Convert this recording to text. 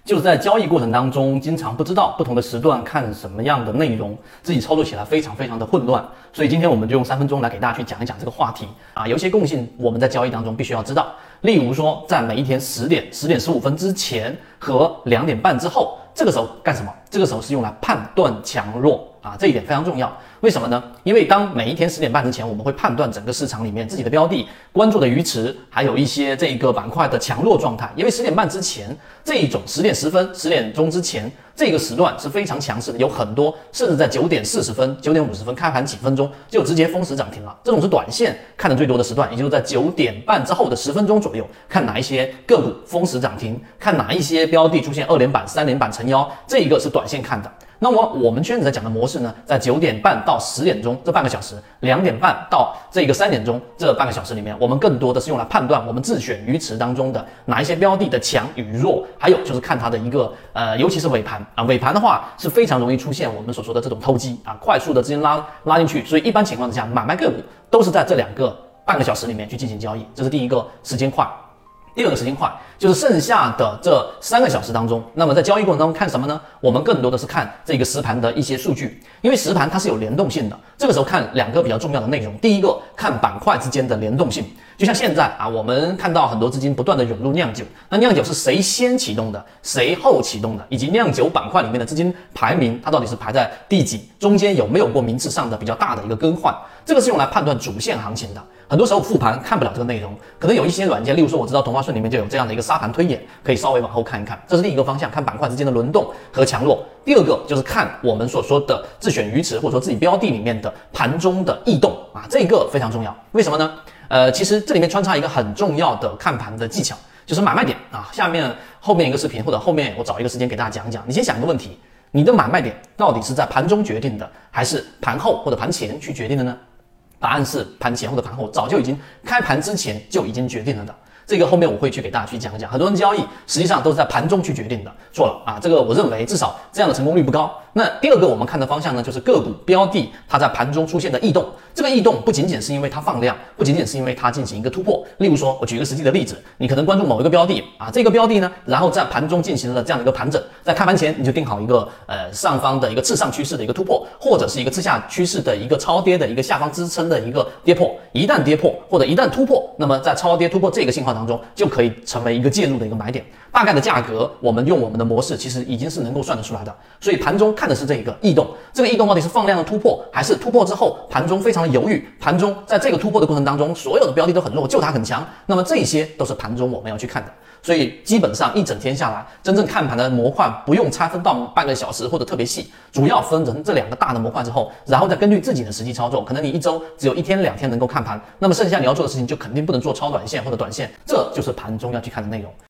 就是在交易过程当中，经常不知道不同的时段看什么样的内容，自己操作起来非常的混乱。所以今天我们就用3分钟来给大家去讲一讲这个话题啊。有一些共性我们在交易当中必须要知道，例如说在每一天10点15分之前和2点半之后，这个时候干什么？这个时候是用来判断强弱啊，这一点非常重要。为什么呢？因为当每一天10点半之前，我们会判断整个市场里面自己的标的、关注的鱼池，还有一些这个板块的强弱状态。因为10点半之前这一种10点10分、10点钟之前这个时段是非常强势的，有很多甚至在9点40分、9点50分开盘几分钟就直接封死涨停了。这种是短线看的最多的时段，也就是在9点半之后的10分钟左右，看哪一些个股封死涨停，看哪一些标的出现2连板、3连板成妖，这一个是短线看的。那么我们圈子在讲的模式呢，在9点半到10点钟这半个小时，2点半到这个3点钟这半个小时里面，我们更多的是用来判断我们自选鱼池当中的哪一些标的的强与弱，还有就是看它的一个尤其是尾盘啊，尾盘的话是非常容易出现我们所说的这种偷鸡啊，快速的资金拉进去，所以一般情况之下买卖个股都是在这2个半个小时里面去进行交易，这是第一个时间快。第二个时间快就是剩下的这3个小时当中，那么在交易过程当中看什么呢？我们更多的是看这个实盘的一些数据，因为实盘它是有联动性的。这个时候看2个比较重要的内容，第一个看板块之间的联动性，就像现在啊，我们看到很多资金不断的涌入酿酒，那酿酒是谁先启动的，谁后启动的，以及酿酒板块里面的资金排名，它到底是排在第几，中间有没有过名次上的比较大的一个更换，这个是用来判断主线行情的。很多时候复盘看不了这个内容，可能有一些软件，例如说我知道同花顺里面就有这样的一个沙盘推演，可以稍微往后看一看，这是第一个方向，看板块之间的轮动和强弱。第二个就是看我们所说的自选鱼池或者说自己标的里面的盘中的异动啊，这个非常重要。为什么呢？其实这里面穿插一个很重要的看盘的技巧，就是买卖点啊。后面一个视频或者后面我找一个时间给大家讲一讲。你先想一个问题，你的买卖点到底是在盘中决定的，还是盘后或者盘前去决定的呢？答案是盘前或者盘后，早就已经开盘之前就已经决定了的。这个后面我会去给大家去讲一讲，很多人交易实际上都是在盘中去决定的，错了啊！这个我认为至少这样的成功率不高。那第二个我们看的方向呢，就是个股标的它在盘中出现的异动，这个异动不仅仅是因为它放量，不仅仅是因为它进行一个突破。例如说，我举一个实际的例子，你可能关注某一个标的啊，这个标的呢，然后在盘中进行了这样的一个盘整，在开盘前你就定好一个上方的一个次上趋势的一个突破，或者是一个次下趋势的一个超跌的一个下方支撑的一个跌破，一旦跌破或者一旦突破，那么在超跌突破这个信号当中就可以成为一个介入的一个买点，大概的价格我们用我们的模式其实已经是能够算得出来的。所以盘中看的是这个异动，这个异动到底是放量的突破，还是突破之后盘中非常的犹豫，盘中在这个突破的过程当中所有的标的都很弱，就它很强，那么这些都是盘中我们要去看的。所以基本上一整天下来，真正看盘的模块不用拆分到半个小时或者特别细，主要分成这2个大的模块之后，然后再根据自己的实际操作，可能你1周只有1天2天能够看盘，那么剩下你要做的事情就肯定不能做超短线或者短线，这就是盘中要去看的内容。